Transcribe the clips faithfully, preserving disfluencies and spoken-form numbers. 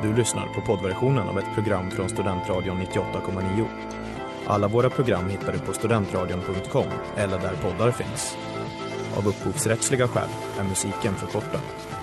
Du lyssnar på poddversionen av ett program från Studentradion nittioåtta komma nio. Alla våra program hittar du på studentradion punkt com eller där poddar finns. Av upphovsrättsliga skäl är musiken förkortad.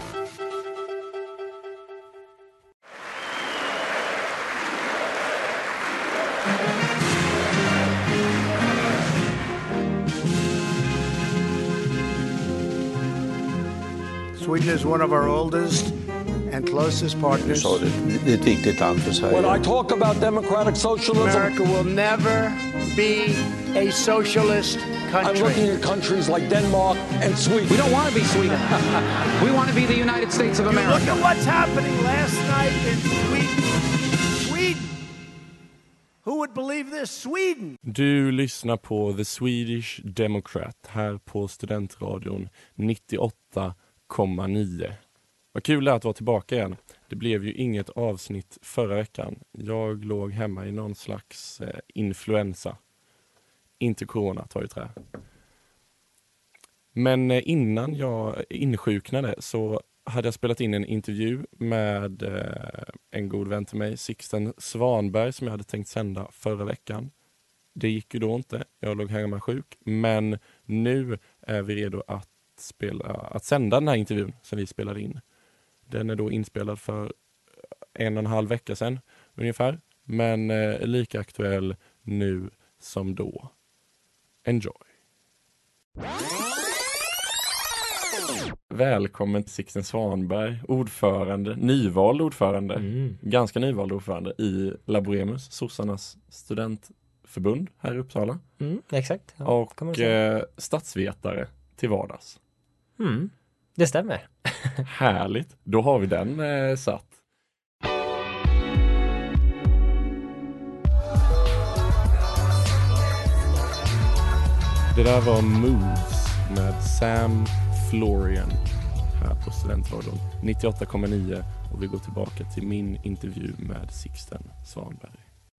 Sweden is one of our oldest and closest partners. Så det, det är ett viktigt land för Sverige. When I talk about democratic socialism, America will never be a socialist country. I'm looking at countries like Denmark and Sweden. We don't want to be Sweden. We want to be the United States of America. Look at what's happening last night in Sweden. Sweden. Who would believe this? Sweden. Du lyssnar på The Swedish Democrat här på Studentradion nittioåtta komma nio. Vad kul det är att vara tillbaka igen. Det blev ju inget avsnitt förra veckan. Jag låg hemma i någon slags eh, influensa. Inte corona, tar ju trä. Men eh, innan jag insjuknade så hade jag spelat in en intervju med eh, en god vän till mig, Sixten Svanberg, som jag hade tänkt sända förra veckan. Det gick ju då inte. Jag låg hemma sjuk. Men nu är vi redo att spela, att sända den här intervjun som vi spelade in. Den är då inspelad för en och en halv vecka sedan ungefär. Men eh, lika aktuell nu som då. Enjoy! Välkommen till Sixten Svanberg, ordförande, nyvald ordförande, mm. ganska nyvald ordförande i Laboremus, sossarnas studentförbund här i Uppsala. Mm, exakt. Ja, och eh, statsvetare till vardags. Mm, det stämmer. Härligt. Då har vi den eh, satt. Det där var Moves med Sam Florian här på Studentradion nittioåtta komma nio och vi går tillbaka till min intervju med Sixten Svanberg.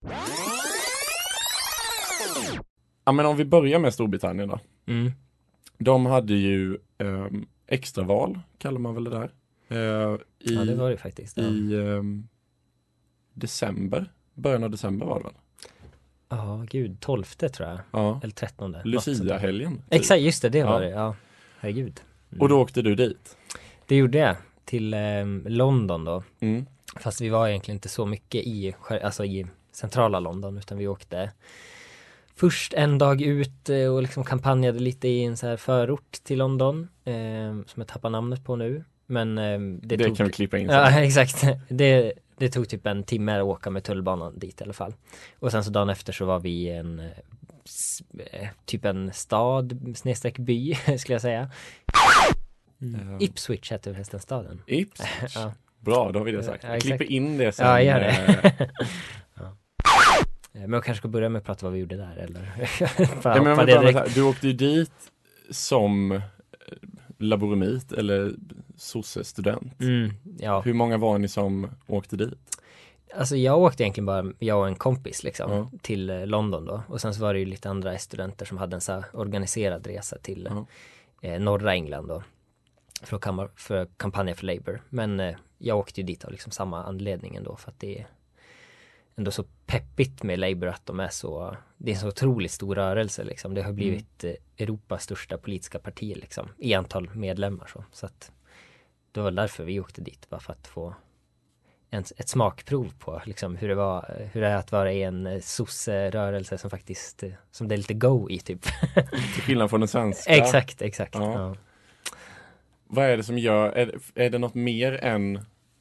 Ja, men om vi börjar med Storbritannien då. Mm. De hade ju um, extraval, kallar man väl det där. Uh, i, ja, det var det faktiskt. Ja. I um, december, början av december var det väl? Ja, oh, gud, tolfte tror jag. Ja. Eller trettonde. Lucia-helgen. Typ. Exakt, just det, det var ja. det. Ja, herregud. Mm. Och då åkte du dit? Det gjorde jag. Till eh, London då. Mm. Fast vi var egentligen inte så mycket i, alltså i centrala London, utan vi åkte först en dag ut och liksom kampanjade lite i en så här förort till London eh, som jag tappar namnet på nu. Men eh, det, det tog... kan vi klippa in. Ja, exakt. Det, det tog typ en timme att åka med tullbanan dit i alla fall. Och sen så dagen efter så var vi i en eh, typ en stad, snedstreck by, skulle jag säga. Mm. Uh, Ipswich heter förresten staden. Ipswich? Ja. Bra, då har vi det sagt. Ja, jag klipper in det sen. Ja, gör det. Ja. Men jag kanske ska börja med att prata vad vi gjorde där. Eller? ja, men vänta, vänta. Du åkte ju dit som laboremit eller sosse-student. Mm, ja. Hur många var ni som åkte dit? Alltså jag åkte egentligen bara, jag och en kompis liksom, ja. till London då. Och sen så var det ju lite andra studenter som hade en så här organiserad resa till ja. eh, norra England då. För att, kam- för att kampanja för Labour. Men eh, jag åkte ju dit av liksom samma anledning ändå, för att det är ändå så peppigt med Labour att de är så, det är en så otroligt stor rörelse liksom. Det har blivit mm. eh, Europas största politiska parti liksom, i antal medlemmar så. Så att det var därför vi åkte dit, bara för att få en, ett smakprov på liksom hur det var, hur det är att vara i en sosse-rörelse som faktiskt, som det är lite go i typ. Till skillnad från den svenska. Exakt, exakt. Ja. Ja. Vad är det som gör, är, är det något mer än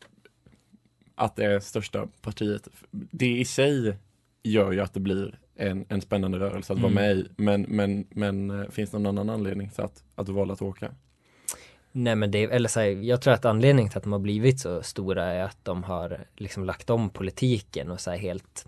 att det är största partiet? Det i sig gör ju att det blir en, en spännande rörelse att mm. vara med i. Men, men, men finns det någon annan anledning till att, att du valde att åka? Nej, men det är, eller så här, jag tror att anledningen till att de har blivit så stora är att de har liksom lagt om politiken och så här helt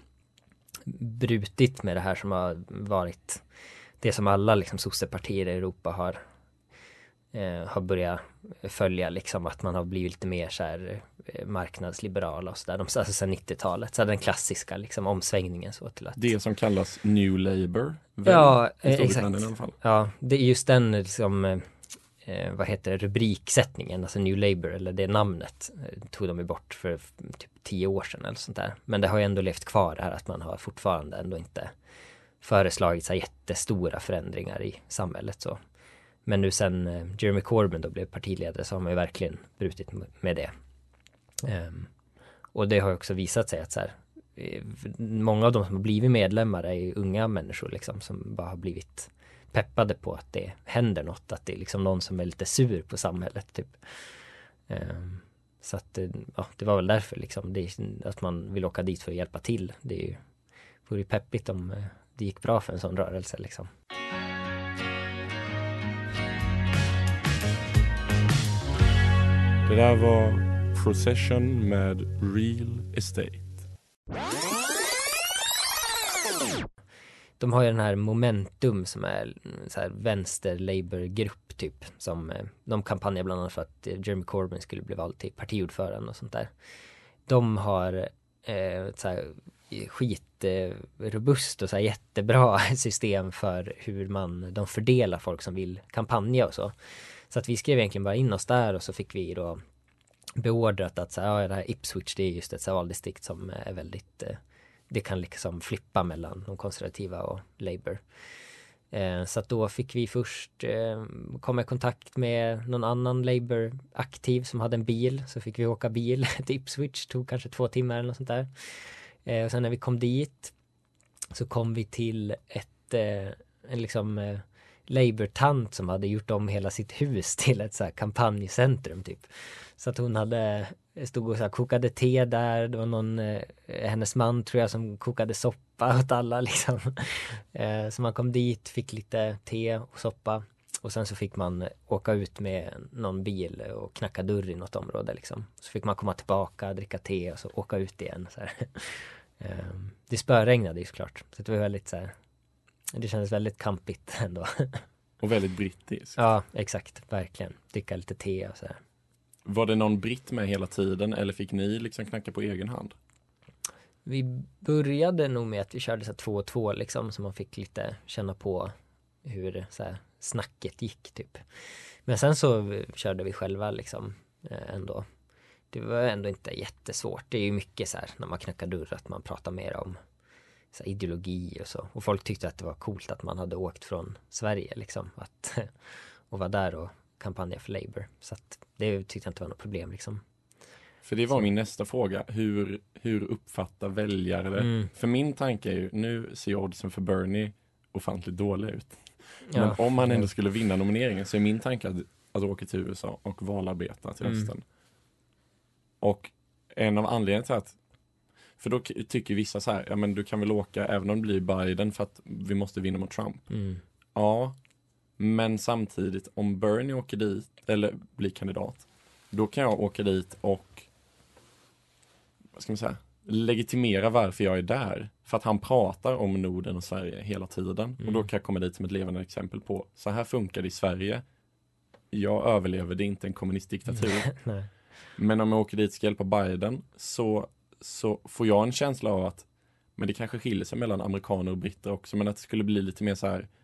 brutit med det här som har varit det som alla liksom sossepartier i Europa har eh, har börjat följa, liksom att man har blivit lite mer så här eh, marknadsliberala och sådär, alltså sedan nittiotalet, så den klassiska liksom omsvängningen så till att det som kallas New Labour. Ja, i exakt. I alla fall. Ja, det är just den liksom eh, vad heter det, rubriksättningen, alltså New Labour, eller det namnet eh, tog de ju bort för typ tio år sedan eller sånt där. Men det har ju ändå levt kvar det här att man har fortfarande ändå inte föreslagit så här jättestora förändringar i samhället så. Men nu sen eh, Jeremy Corbyn då blev partiledare så har man ju verkligen brutit med det. Um, och det har ju också visat sig att så här, eh, många av de som har blivit medlemmar är ju unga människor liksom, som bara har blivit peppade på att det händer något, att det är liksom någon som är lite sur på samhället typ. Um, så att ja, det var väl därför liksom det, att man vill åka dit för att hjälpa till. Det är ju, vore ju peppigt om eh, det gick bra för en sån rörelse liksom. Det där var Procession med Real Estate. De har ju den här Momentum som är så här vänster-labor-grupp typ. Som, eh, de kampanjar bland annat för att Jeremy Corbyn skulle bli vald till partiordförande och sånt där. De har eh, så här skitrobust och så här jättebra system för hur man, de fördelar folk som vill kampanja och så. Så att vi skrev egentligen bara in oss där och så fick vi då beordrat att så här, ja, det här Ipswich, det är just ett så här valdistrikt som är väldigt, eh, det kan liksom flippa mellan de konservativa och Labour. Eh, så att då fick vi först eh, komma i kontakt med någon annan Labour-aktiv som hade en bil. Så fick vi åka bil till Ipswich, tog kanske två timmar eller något sånt där. Eh, och sen när vi kom dit så kom vi till ett eh, en liksom eh, Labour-tant som hade gjort om hela sitt hus till ett så här kampanjcentrum typ. Så att hon hade stod och så här kokade te där. Det var någon, eh, hennes man tror jag som kokade soppa åt alla liksom. eh, så man kom dit, fick lite te och soppa. Och sen så fick man åka ut med någon bil och knacka dörr i något område liksom. Så fick man komma tillbaka, dricka te och så åka ut igen. Så här. eh, det spöregnade ju såklart. Så det var väldigt så här, det kändes väldigt kampigt ändå. Och väldigt brittiskt. Ja, exakt. Verkligen. Dricka lite te och så här. Var det någon britt med hela tiden eller fick ni liksom knacka på egen hand? Vi började nog med att vi körde så här två och två liksom, så man fick lite känna på hur så här, snacket gick typ. Men sen så körde vi själva liksom ändå. Det var ändå inte jättesvårt. Det är ju mycket så här när man knackar dörr att man pratar mer om så här, ideologi och så. Och folk tyckte att det var coolt att man hade åkt från Sverige liksom. Att, och var där och kampanja för Labour. Så att det tyckte jag inte var något problem liksom. För det var min nästa fråga. Hur, hur uppfattar väljare det? Mm. För min tanke är ju, nu ser oddsen för Bernie ofantligt dålig ut. Men ja, om han ändå skulle vinna nomineringen så är min tanke att, att åka till U S A och valarbeta till hösten. Mm. Och en av anledningarna till att, för då tycker vissa så här, ja men du kan väl åka även om det blir Biden för att vi måste vinna mot Trump. Mm. Ja, men samtidigt om Bernie åker dit eller blir kandidat, då kan jag åka dit och vad ska man säga, legitimera varför jag är där. För att han pratar om Norden och Sverige hela tiden. Mm. Och då kan jag komma dit som ett levande exempel på, så här funkar det i Sverige. Jag överlever, det är inte en kommunistdiktatur. Nej. Men om jag åker dit och ska hjälpa Biden så, så får jag en känsla av att, men det kanske skiljer sig mellan amerikaner och britter också, men att det skulle bli lite mer så här,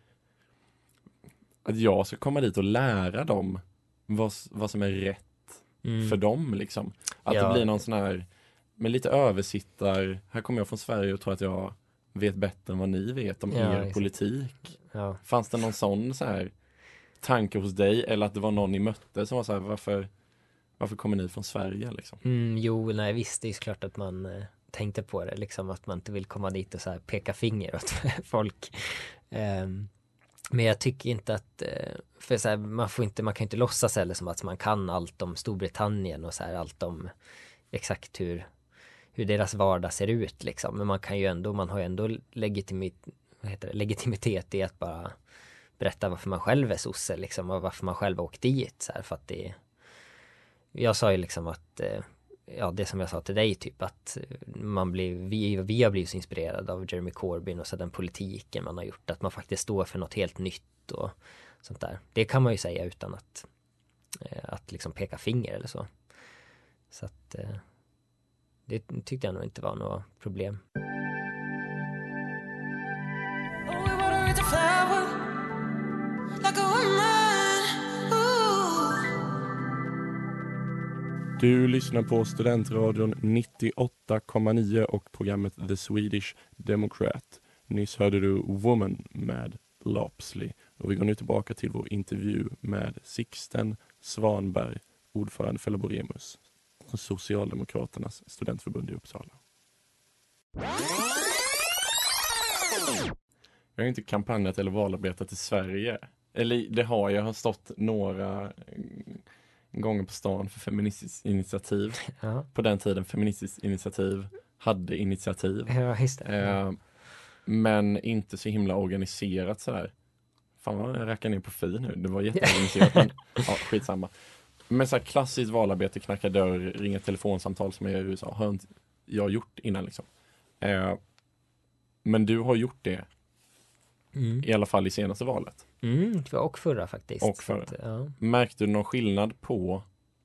att jag ska komma dit och lära dem vad, vad som är rätt mm. för dem liksom. Att ja. Det blir någon sån här, med lite översittar, här kommer jag från Sverige och tror att jag vet bättre än vad ni vet om ja, er exakt. Politik. Ja. Fanns det någon sån så här tanke hos dig, eller att det var någon ni mötte som var så här, varför, varför kommer ni från Sverige liksom? Mm, jo, nej visst, det är klart att man eh, tänkte på det liksom, att man inte vill komma dit och så här peka finger åt folk. Um, men jag tycker inte att eh, för så här, man får inte, man kan inte låtsas heller som att man kan allt om Storbritannien och så här, allt om exakt hur hur deras vardag ser ut liksom. Men man kan ju ändå, man har ju ändå legitimit, vad heter det, legitimitet i att bara berätta varför man själv är sosse liksom, och varför man själv har åkt dit så här, för att det, jag sa ju liksom att eh, ja, det som jag sa till dig typ, att man blir, vi, vi har blivit så inspirerade av Jeremy Corbyn och så den politiken man har gjort, att man faktiskt står för något helt nytt och sånt där. Det kan man ju säga utan att eh, att liksom peka finger eller så. Så att eh, det tyckte jag nog inte var något problem. Du lyssnar på Studentradion nittioåtta komma nio och programmet The Swedish Democrat. Nyss hörde du Woman med Lopsley. Och vi går nu tillbaka till vår intervju med Sixten Svanberg, ordförande för Laboremus, Socialdemokraternas studentförbund i Uppsala. Jag har inte kampanjat eller valarbetat i Sverige. Eller det har jag. Jag har stått några gånger på stan för Feministiskt initiativ. Ja. På den tiden Feministiskt initiativ hade initiativ. Ja, just det. Eh, men inte så himla organiserat sådär. Fan vad jag räkar ner på fi nu. Det var jätteorganiserat men ja, skitsamma. Men så här klassiskt valarbete, knacka dörr, ringa telefonsamtal som är i U S A har inte jag gjort innan liksom. Eh, men du har gjort det mm. i alla fall i senaste valet. Mm, och förra faktiskt. Och förra. Att, ja. Märkte du någon skillnad på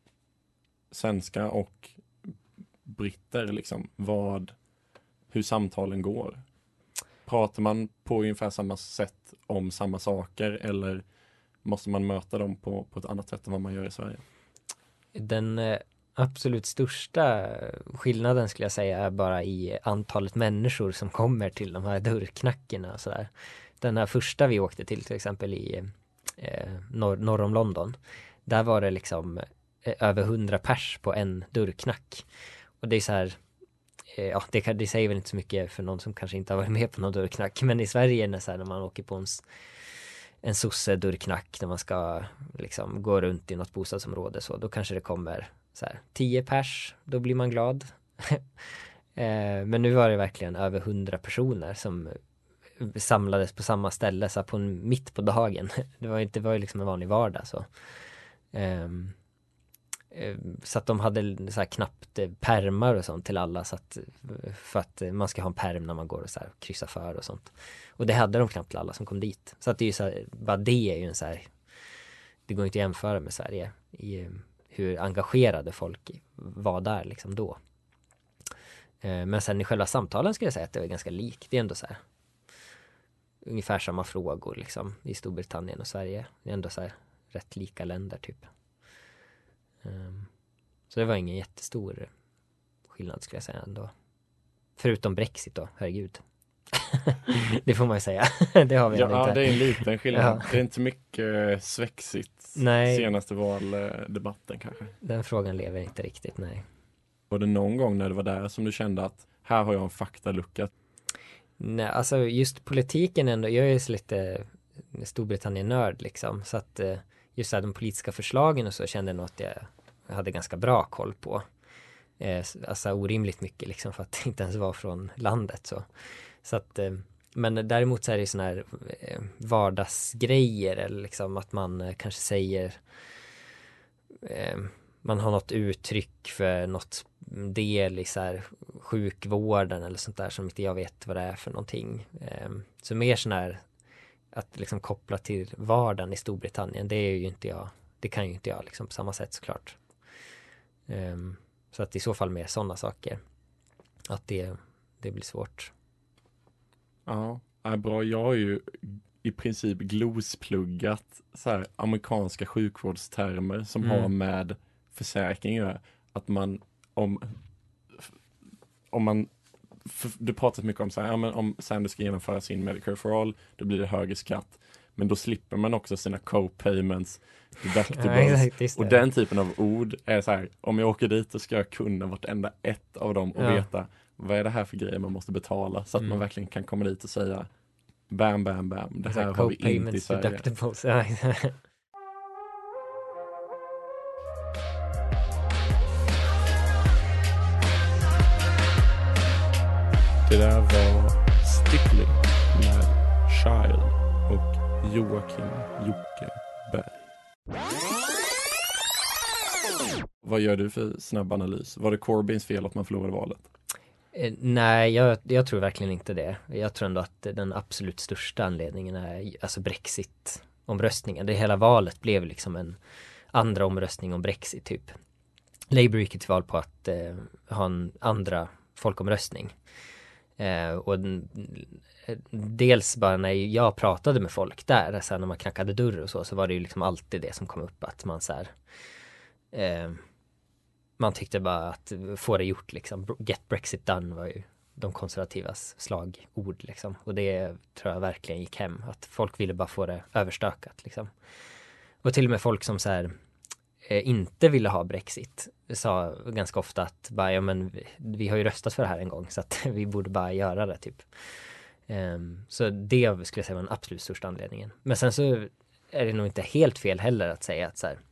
svenska och britter liksom? Vad, hur samtalen går? Pratar man på ungefär samma sätt om samma saker eller måste man möta dem på, på ett annat sätt än vad man gör i Sverige? Den eh, absolut största skillnaden skulle jag säga är bara i antalet människor som kommer till de här dörrknackorna och sådär. Den här första vi åkte till till exempel i eh, norr, norr om London. Där var det liksom eh, över hundra pers på en dörrknack. Och det är så här, eh, ja det, kan, det säger väl inte så mycket för någon som kanske inte har varit med på någon dörrknack. Men i Sverige när, så här, när man åker på en, en sosse-dörrknack när man ska liksom gå runt i något bostadsområde så då kanske det kommer så här tio pers, då blir man glad. eh, men nu var det verkligen över hundra personer som samlades på samma ställe så på en, mitt på dagen. Det var inte det var ju liksom en vanlig vardag så. Um, um, så att de hade så här knappt pärmar och sånt till alla så att, för att man ska ha en pärm när man går och så här kryssa för och sånt. Och det hade de knappt till alla som kom dit. Så att det är ju så här, bara det är ju en så här, det går inte att jämföra med Sverige i hur engagerade folk var där liksom då. Uh, men sen i själva samtalen skulle jag säga att det var ganska likt. Det är ändå så här ungefär samma frågor liksom i Storbritannien och Sverige. Det är ändå så här rätt lika länder typ. Um, så det var ingen jättestor skillnad skulle jag säga ändå. Förutom Brexit då, herregud. Det får man ju säga. Det har vi ja, inte. Ja, det är en liten skillnad. Ja. Det är inte mycket svexigt nej. Senaste valdebatten kanske. Den frågan lever inte riktigt, nej. Var det någon gång när det var där som du kände att här har jag en faktalucka? Nej, alltså just politiken ändå, jag är ju lite Storbritannien-nörd liksom, så att just så här, de politiska förslagen och så kände jag nog att jag hade ganska bra koll på. Eh, alltså orimligt mycket liksom för att det inte ens var från landet så. Så att, eh, men däremot så är det såna här eh, vardagsgrejer eller liksom att man eh, kanske säger eh, man har något uttryck för något del i så här sjukvården eller sånt där som inte jag vet vad det är för någonting. Um, så mer sån här att liksom koppla till vardagen i Storbritannien, det är ju inte jag, det kan ju inte jag liksom på samma sätt såklart. Um, så att i så fall mer sådana saker. Att det, det blir svårt. Ja, är bra. Jag har ju i princip glospluggat så här amerikanska sjukvårdstermer som mm. har med försäkringar. Att man om om man för, du pratat mycket om så här, ja, men om Sanders ska genomföra sin Medicare for All, då blir det högre skatt. Men då slipper man också sina co-payments, deductibles. Ja, och den typen av ord är så här, om jag åker dit så ska jag kunna vartenda ett av dem och ja. veta vad är det här för grejer man måste betala så att mm. man verkligen kan komma dit och säga bam, bam, bam. Det här har vi inte i Sverige. Deductibles, ja. Det där var Stickling med Child och Joakim Jocke Berg. Vad gör du för snabb analys? Var det Corbyns fel att man förlorade valet? Eh, nej, jag, jag tror verkligen inte det. Jag tror ändå att den absolut största anledningen är alltså Brexit-omröstningen. Det hela valet blev liksom en andra omröstning om Brexit typ. Labour gick till val på att eh, ha en andra folkomröstning. Eh, och dels bara när jag pratade med folk där, så här, när man knackade dörr och så, så var det ju liksom alltid det som kom upp att man så här, eh, man tyckte bara att få det gjort liksom. Get Brexit done var ju de konservativas slagord liksom. Och det tror jag verkligen gick hem. Att folk ville bara få det överstökat liksom. Och till och med folk som så här eh, inte ville ha Brexit sa ganska ofta att bara, ja, men vi, vi har ju röstat för det här en gång så att vi borde bara göra det typ. Um, så det skulle jag säga var den absolut största anledningen. Men sen så är det nog inte helt fel heller att säga att så här,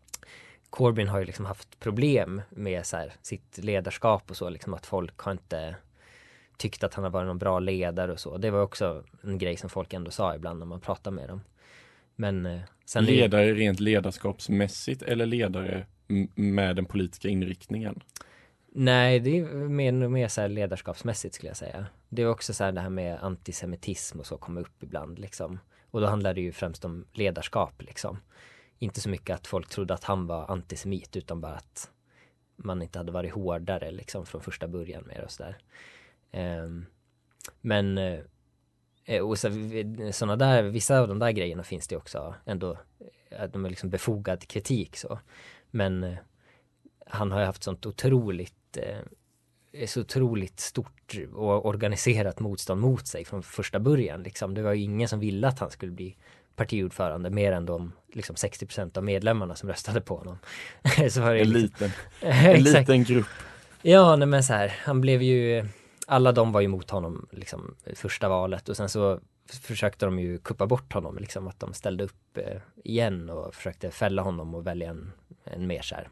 Corbyn har ju liksom haft problem med så här, sitt ledarskap och så liksom, att folk har inte tyckt att han har varit någon bra ledare och så. Det var också en grej som folk ändå sa ibland när man pratar med dem. Men eh, sen ledare det... rent ledarskapsmässigt eller ledare m- med den politiska inriktningen? Nej, det är mer, mer så här ledarskapsmässigt skulle jag säga. Det är också så här det här med antisemitism och så kommer upp ibland liksom. Och då handlar det ju främst om ledarskap liksom. Inte så mycket att folk trodde att han var antisemit utan bara att man inte hade varit hårdare liksom från första början med det och så där. Um, men uh, och så, såna där, vissa av de där grejerna finns det också ändå, att de är liksom befogad kritik så. Men uh, han har ju haft sånt otroligt uh, så otroligt stort och organiserat motstånd mot sig från första början liksom. Det var ju ingen som ville att han skulle bli partiordförande mer än de liksom sextio procent av medlemmarna som röstade på honom. Så var det en liksom, liten, en liten grupp. Ja, nej, men så här, han blev ju, alla de var ju mot honom liksom första valet och sen så försökte de ju kuppa bort honom liksom, att de ställde upp eh, igen och försökte fälla honom och välja en, en mer så här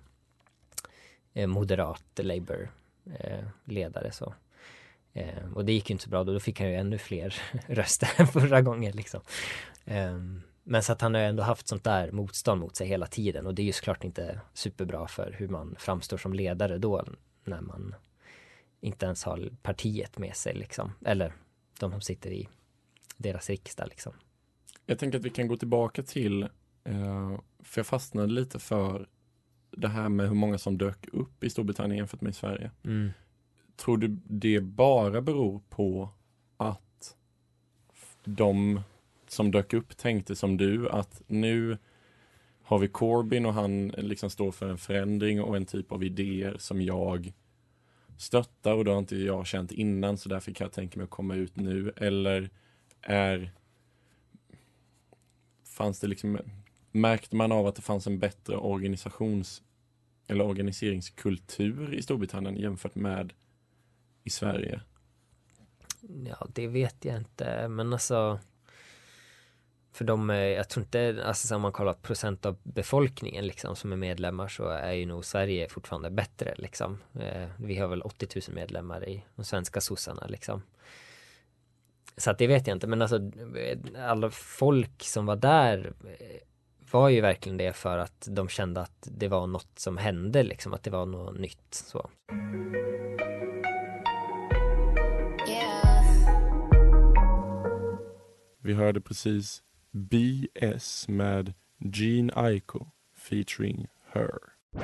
eh, moderat Labour eh, ledare så. Eh, och det gick ju inte så bra då, då fick han ju ännu fler röster förra gången liksom. Um, men så att han har ändå haft sånt där motstånd mot sig hela tiden och det är ju såklart inte superbra för hur man framstår som ledare då när man inte ens har partiet med sig liksom, eller de som sitter i deras riksdag liksom. Jag tänker att vi kan gå tillbaka till uh, för jag fastnade lite för det här med hur många som dök upp i Storbritannien jämfört med i Sverige. Mm. Tror du det bara beror på att de som dök upp tänkte som du att nu har vi Corbyn och han liksom står för en förändring och en typ av idéer som jag stöttar och då har inte jag känt innan så därför kan jag tänka mig att komma ut nu, eller är fanns det liksom, märkte man av att det fanns en bättre organisations eller organiseringskultur i Storbritannien jämfört med i Sverige? Ja, det vet jag inte, men alltså för de, jag tror inte, alltså om man kollar procent av befolkningen liksom som är medlemmar så är ju nog Sverige fortfarande bättre liksom. Eh, vi har väl åttio tusen medlemmar i de svenska sossarna liksom. Så att det vet jag inte, men alltså alla folk som var där var ju verkligen det för att de kände att det var något som hände liksom, att det var något nytt så. Vi hörde precis B S med Gene Aiko featuring Her.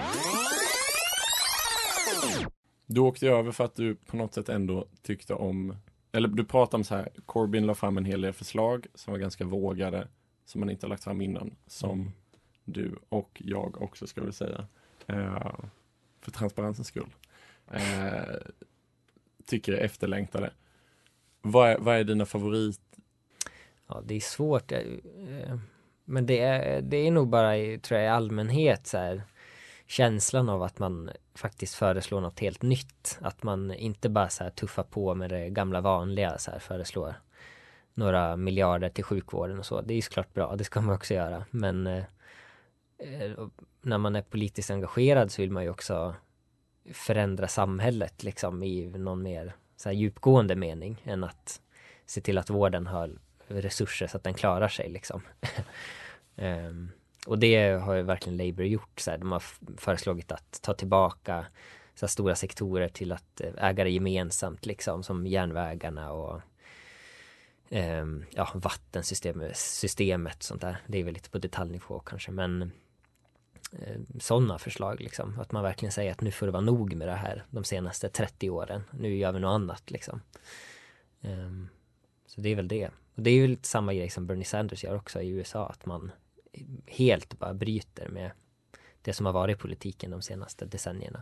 Du åkte över för att du på något sätt ändå tyckte om, eller du pratade om så här, Corbyn la fram en hel del förslag som var ganska vågade, som man inte har lagt fram innan, som mm. du och jag också ska väl säga, uh, för transparensens skull, uh, tycker är efterlängtade. Vad är, vad är dina favorit? Ja, det är svårt. Men det är, det är nog bara, tror jag, i allmänhet så här, känslan av att man faktiskt föreslår något helt nytt. Att man inte bara så här tuffar på med det gamla vanliga, så här, föreslår några miljarder till sjukvården och så. Det är ju såklart bra, det ska man också göra. Men eh, när man är politiskt engagerad så vill man ju också förändra samhället liksom, i någon mer så här, djupgående mening än att se till att vården har resurser så att den klarar sig liksom. um, och det har ju verkligen Labour gjort så här. De har föreslagit att ta tillbaka så här, stora sektorer till att äga det gemensamt liksom, som järnvägarna och um, ja, vattensystemet systemet, sånt där. Det är väl lite på detaljnivå kanske, men uh, sådana förslag liksom, att man verkligen säger att nu får det vara nog med det här de senaste trettio åren, nu gör vi något annat liksom. Um, så det är väl det. Och det är ju lite samma grej som Bernie Sanders gör också i U S A, att man helt bara bryter med det som har varit i politiken de senaste decennierna.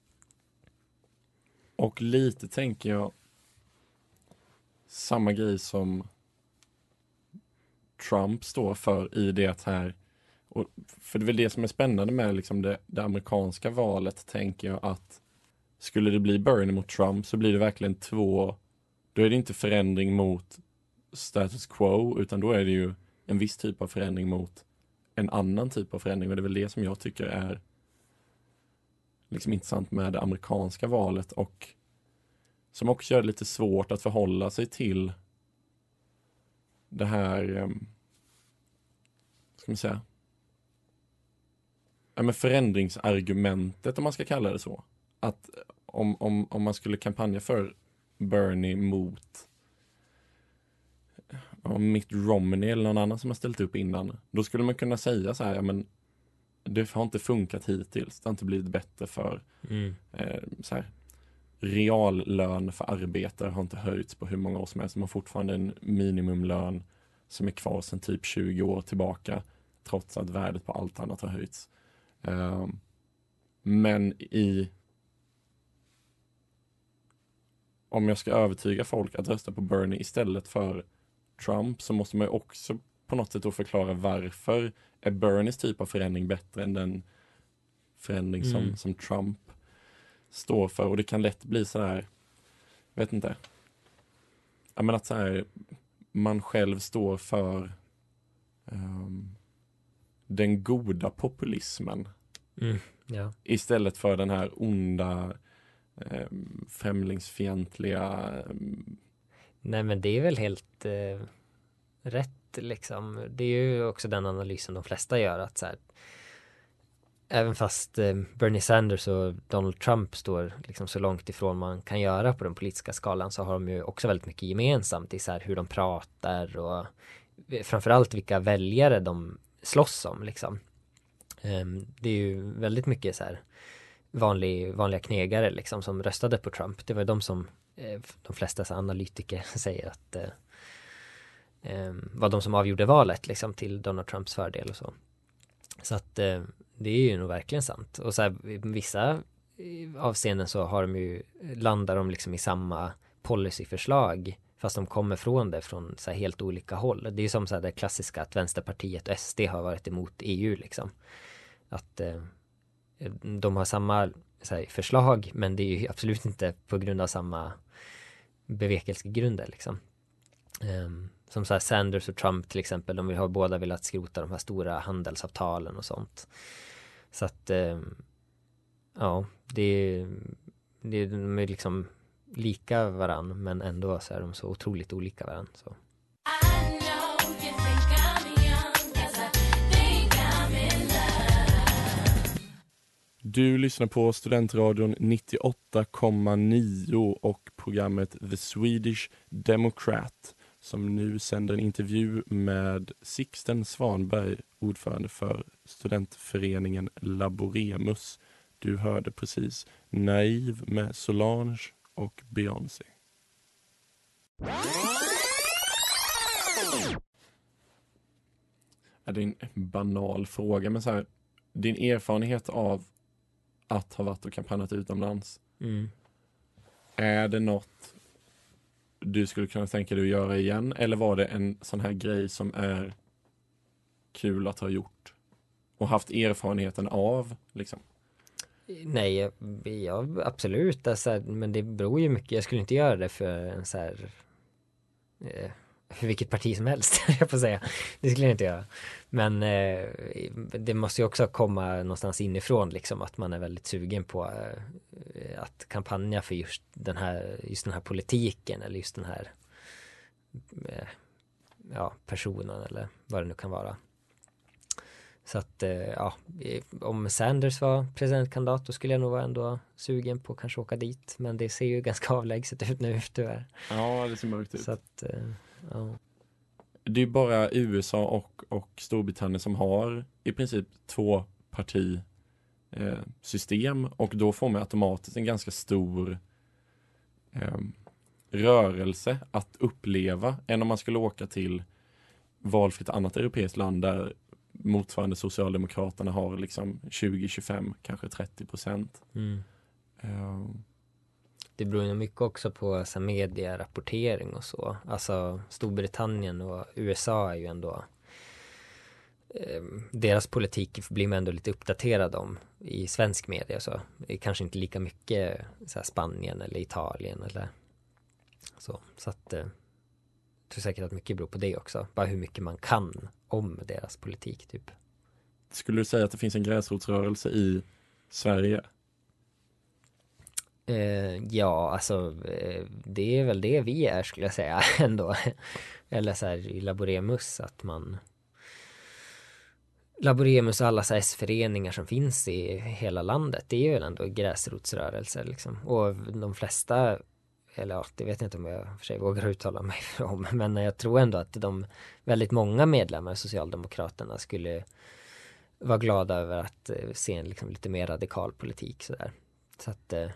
Och lite tänker jag samma grej som Trump står för i det här. Och för det är väl det som är spännande med liksom det, det amerikanska valet, tänker jag, att skulle det bli Bernie mot Trump så blir det verkligen två, då är det inte förändring mot status quo, utan då är det ju en viss typ av förändring mot en annan typ av förändring. Och det är väl det som jag tycker är liksom intressant med det amerikanska valet, och som också gör det lite svårt att förhålla sig till det här, um, ska man säga, ja, men förändringsargumentet, om man ska kalla det så. Att om, om, om man skulle kampanja för Bernie mot ja, Mitt Romney eller någon annan som har ställt upp innan, då skulle man kunna säga så här, ja, men det har inte funkat hittills, det har inte blivit bättre för Mm. eh, så här, reallön för arbetare har inte höjts på hur många år som helst. De har fortfarande en minimumlön som är kvar sedan typ tjugo år tillbaka, trots att värdet på allt annat har höjts. Um, men i om jag ska övertyga folk att rösta på Bernie istället för Trump, så måste man ju också på något sätt då förklara varför är Bernies typ av förändring bättre än den förändring som, Mm. som Trump står för. Och det kan lätt bli så här, vet inte, jag menar att så här, man själv står för um, den goda populismen Mm. Ja. istället för den här onda um, främlingsfientliga um, Nej, men det är väl helt eh, rätt liksom. Det är ju också den analysen de flesta gör, att så här, även fast eh, Bernie Sanders och Donald Trump står liksom så långt ifrån man kan göra på den politiska skalan, så har de ju också väldigt mycket gemensamt i så här hur de pratar och framförallt vilka väljare de slåss om liksom. Um, det är ju väldigt mycket så här vanlig, vanliga knegare liksom som röstade på Trump. Det var de som eh, de flesta så analytiker säger att eh, eh, var de som avgjorde valet liksom till Donald Trumps fördel och så. Så att eh, det är ju nog verkligen sant. Och så här, i vissa avseenden så har de ju, landar de liksom i samma policyförslag, fast de kommer från det från så här helt olika håll. Det är ju som så här det klassiska att Vänsterpartiet och S D har varit emot E U liksom. Att eh, de har samma så här, förslag, men det är ju absolut inte på grund av samma bevekelsegrunder liksom. Um, som så här Sanders och Trump till exempel, de har båda velat skrota de här stora handelsavtalen och sånt. Så att um, ja, det, det de är liksom lika varann, men ändå så är de så otroligt olika varann. Så. Du lyssnar på Studentradion nittioåtta komma nio och programmet The Swedish Democrat, som nu sänder en intervju med Sixten Svanberg, ordförande för studentföreningen Laboremus. Du hörde precis Naiv med Solange och Beyoncé. Ja, det är en banal fråga, men så här, din erfarenhet av att ha varit och kampanjat utomlands, Mm. är det något du skulle kunna tänka dig att göra igen, eller var det en sån här grej som är kul att ha gjort och haft erfarenheten av liksom? Nej, jag, jag, absolut. Alltså, men det beror ju mycket. Jag skulle inte göra det för en så här eh, för vilket parti som helst, jag får säga. Det skulle jag inte göra. Men eh, det måste ju också komma någonstans inifrån liksom, att man är väldigt sugen på eh, att kampanja för just den här just den här politiken eller just den här eh, ja, personen eller vad det nu kan vara. Så att, ja, om Sanders var presidentkandidat, då skulle jag nog vara ändå sugen på att kanske åka dit. Men det ser ju ganska avlägset ut nu, tyvärr. Ja, det ser mörkt ut. Så att, ja. Det är bara U S A och, och Storbritannien som har i princip två parti eh, system, och då får man automatiskt en ganska stor eh, rörelse att uppleva än om man skulle åka till valfritt annat europeiskt land där motsvarande Socialdemokraterna har liksom tjugo, tjugofem, kanske trettio procent. Mm. Uh, Det beror ju mycket också på så här, medierapportering och så. Alltså Storbritannien och U S A är ju ändå eh, deras politik blir man ändå lite uppdaterad om i svensk media. Så det är kanske inte lika mycket så här, Spanien eller Italien eller så. Så att eh, jag tror säkert att mycket beror på det också. Bara hur mycket man kan om deras politik typ. Skulle du säga att det finns en gräsrotsrörelse i Sverige? Eh, ja, alltså eh, det är väl det vi är skulle jag säga ändå. Eller så här i Laboremus att man Laboremus och alla så här S-föreningar som finns i hela landet, det är ju ändå gräsrotsrörelser liksom. Och de flesta, eller ja, det vet jag inte om jag för sig vågar uttala mig om, men jag tror ändå att de väldigt många medlemmar i Socialdemokraterna skulle vara glada över att eh, se en liksom lite mer radikal politik sådär. Så att eh,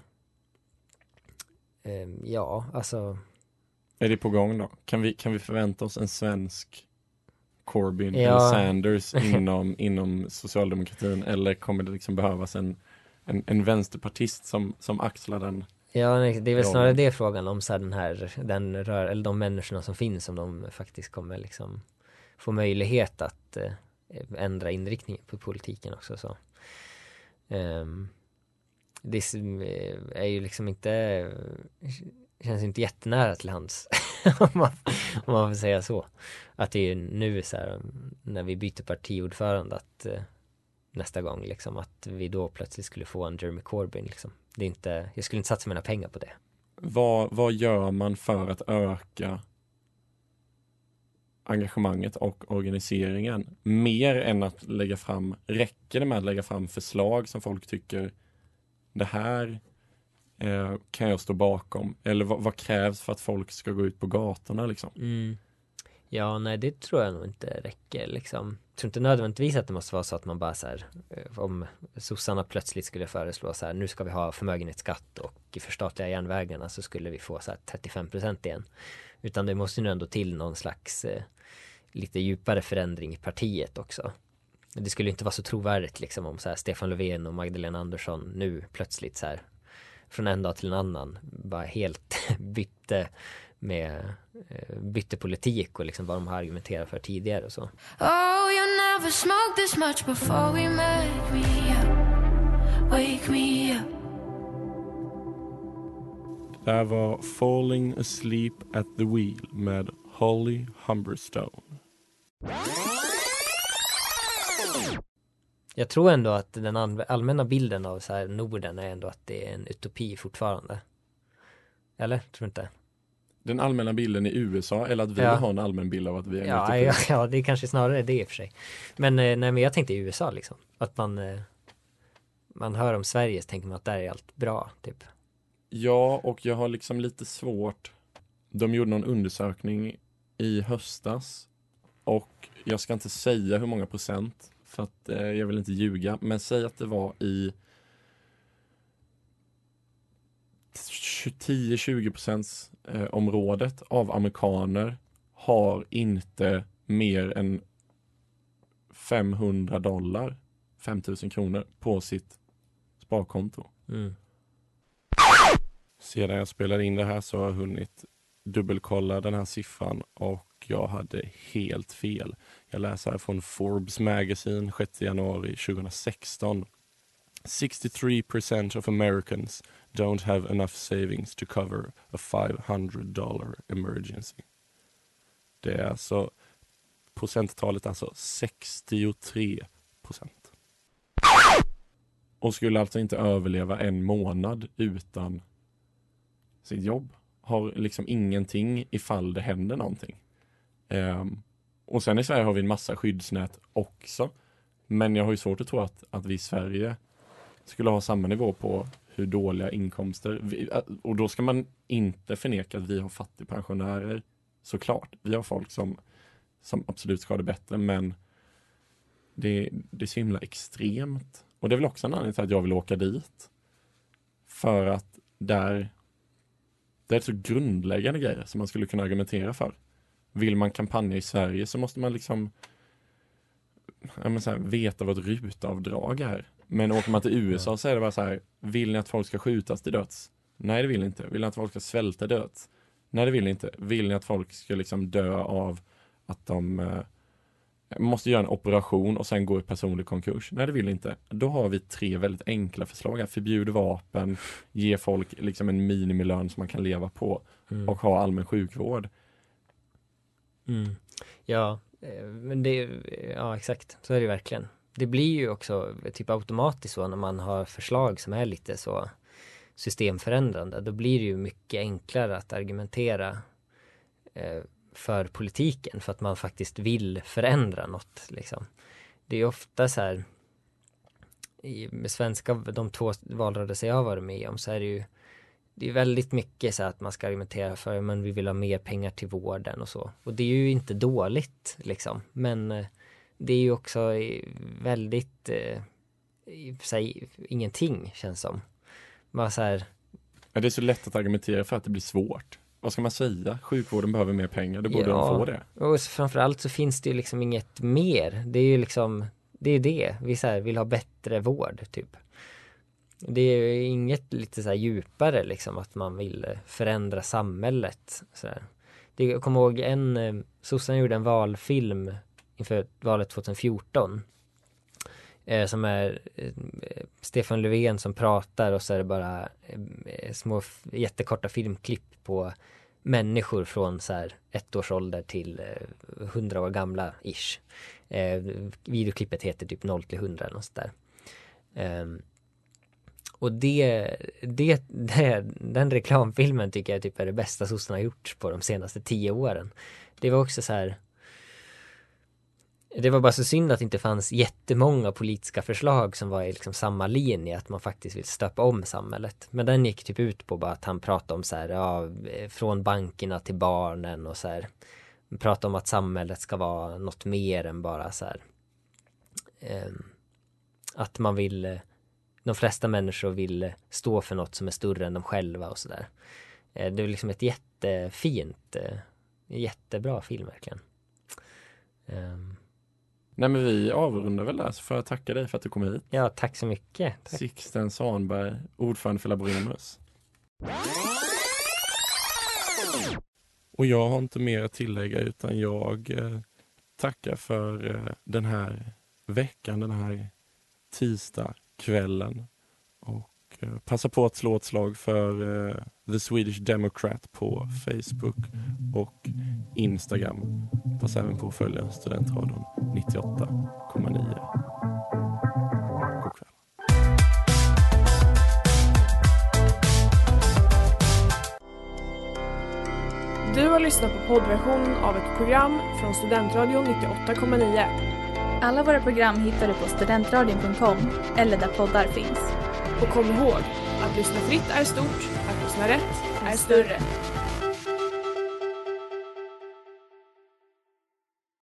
eh, ja, alltså Är det på gång då? Kan vi, kan vi förvänta oss en svensk Corbyn Ja. eller Sanders inom, inom socialdemokratin, eller kommer det liksom behövas en, en, en vänsterpartist som, som axlar den? Ja, nej, det är väl Ja. snarare det frågan om så här den här, den rör, eller de människorna som finns, som de faktiskt kommer liksom få möjlighet att eh, ändra inriktningen på politiken också så. Um, det är ju liksom inte, känns inte jättenära till hands om, man, om man får säga så. Att det är nu så här, när vi byter partiordförande att eh, nästa gång liksom, att vi då plötsligt skulle få en Jeremy Corbyn liksom. Det är inte, jag skulle inte satsa mina pengar på det. Vad, vad gör man för att öka engagemanget och organiseringen? Mer än att lägga fram, räcker det med att lägga fram förslag som folk tycker det här eh, kan jag stå bakom? Eller vad, vad krävs för att folk ska gå ut på gatorna liksom? Mm. Ja, nej, det tror jag nog inte räcker liksom. Jag tror inte nödvändigtvis att det måste vara så att man bara så här, om sossarna plötsligt skulle föreslå så här, nu ska vi ha förmögenhetsskatt och förstatliga järnvägarna, så skulle vi få så här trettiofem procent igen. Utan det måste ju ändå till någon slags eh, lite djupare förändring i partiet också. Det skulle inte vara så trovärdigt liksom om så här Stefan Löfven och Magdalena Andersson nu plötsligt så här från en dag till en annan bara helt bytte med eh, bytte politik och liksom vad de har argumenterat för tidigare och så. Oh, you never smoked this much before we met. Me up, wake me up. Det här var Falling Asleep at the Wheel med Holly Humberstone. Jag tror ändå att den allmänna bilden av så här Norden är ändå att det är en utopi fortfarande. Eller? Tror du inte? Den allmänna bilden i U S A, eller att vi Ja. har en allmän bild av att vi är en Ja, utopi? ja, ja, det är kanske snarare det i och för sig. Men, eh, nej, men jag tänkte i U S A liksom. Att man, eh, man hör om Sverige så tänker man att där är allt bra, typ. Ja, och jag har liksom lite svårt. De gjorde någon undersökning i höstas och jag ska inte säga hur många procent för att eh, jag vill inte ljuga, men säg att det var i tio till tjugo procents eh, området av amerikaner har inte mer än femhundra dollar, fem tusen kronor på sitt sparkonto. Mm. Sedan jag spelade in det här så har jag hunnit dubbelkolla den här siffran och jag hade helt fel. Jag läser här från Forbes Magazine sjätte januari tjugohundrasexton. sextiotre percent of Americans don't have enough savings to cover a five hundred dollar emergency. Det är alltså procenttalet, alltså sextiotre procent. Och skulle alltså inte överleva en månad utan sitt jobb. Har liksom ingenting ifall det händer någonting. Um, och sen i Sverige har vi en massa skyddsnät också. Men jag har ju svårt att tro att, att vi i Sverige skulle ha samma nivå på hur dåliga inkomster. Vi, och då ska man inte förneka att vi har fattigpensionärer. Såklart. Vi har folk som, som absolut ska ha det bättre. Men det, det är så himla extremt. Och det är väl också en anledning till att jag vill åka dit. För att där... Det är så grundläggande grejer som man skulle kunna argumentera för. Vill man kampanja i Sverige så måste man liksom ja, men så här, veta vad ett rutavdrag är. Men åker man till U S A så är det bara så här, vill ni att folk ska skjutas till döds? Nej, det vill ni inte. Vill ni att folk ska svälta döds? Nej, det vill ni inte. Vill ni att folk ska liksom dö av att de eh, måste göra en operation och sen gå i personlig konkurs? Nej, det vill ni inte. Då har vi tre väldigt enkla förslag här. Förbjud vapen, ge folk liksom en minimilön som man kan leva på mm. och ha allmän sjukvård. Mm. Ja, men det, ja exakt, så är det verkligen. Det blir ju också typ automatiskt så när man har förslag som är lite så systemförändrande. Då blir det ju mycket enklare att argumentera eh, för politiken för att man faktiskt vill förändra något. Liksom. Det är ofta så här i, med svenska, de två valrörelser jag har varit med om så är det ju det är väldigt mycket så att man ska argumentera för men vi vill ha mer pengar till vården och så. Och det är ju inte dåligt liksom. Men eh, det är ju också väldigt eh, i sig ingenting känns som. Man så här... Ja, det är så lätt att argumentera för att det blir svårt. Vad ska man säga? Sjukvården behöver mer pengar, då borde ja, de få det. Och framförallt så finns det ju liksom inget mer. Det är ju liksom, det är det. Vi så här, vill ha bättre vård typ. Det är ju inget lite så här djupare liksom att man vill förändra samhället. Så här. Det, jag kommer ihåg en, eh, Sossarna gjorde en valfilm inför valet tjugohundrafjorton. Eh, som är eh, Stefan Löfven som pratar och så är det bara eh, små jättekorta filmklipp på människor från så här ett års ålder till eh, hundra år gamla ish. Eh, videoklippet heter typ noll till hundra eller något sådär. Eh, och det, det, det, den reklamfilmen tycker jag typ är det bästa sossarna har gjort på de senaste tio åren. Det var också så här. Det var bara så synd att det inte fanns jättemånga politiska förslag som var i liksom samma linje, att man faktiskt vill stöpa om samhället. Men den gick typ ut på bara att han pratade om så här, ja, från bankerna till barnen och så här. Pratade om att samhället ska vara något mer än bara så här. Eh, att man vill, de flesta människor vill stå för något som är större än de själva och så där. Eh, det är liksom ett jättefint, eh, jättebra film verkligen. Eh, Nej, men vi avrundar väl där, så får jag tacka dig för att du kom hit. Ja, tack så mycket. Tack. Sixten Svanberg, ordförande för Laboremus. Och jag har inte mer att tillägga utan jag eh, tackar för eh, den här veckan, den här tisdagskvällen. Och eh, passa på att slå ett slag för eh, The Swedish Democrat på Facebook och Instagram. Passa även på att följa Studentradion nittioåtta komma nio. God kväll. Du har lyssnat på poddversion av ett program från Studentradion nittioåtta komma nio. Alla våra program hittar du på studentradion punkt com eller där poddar finns. Och kom ihåg, att lyssna fritt är stort, att lyssna rätt är större.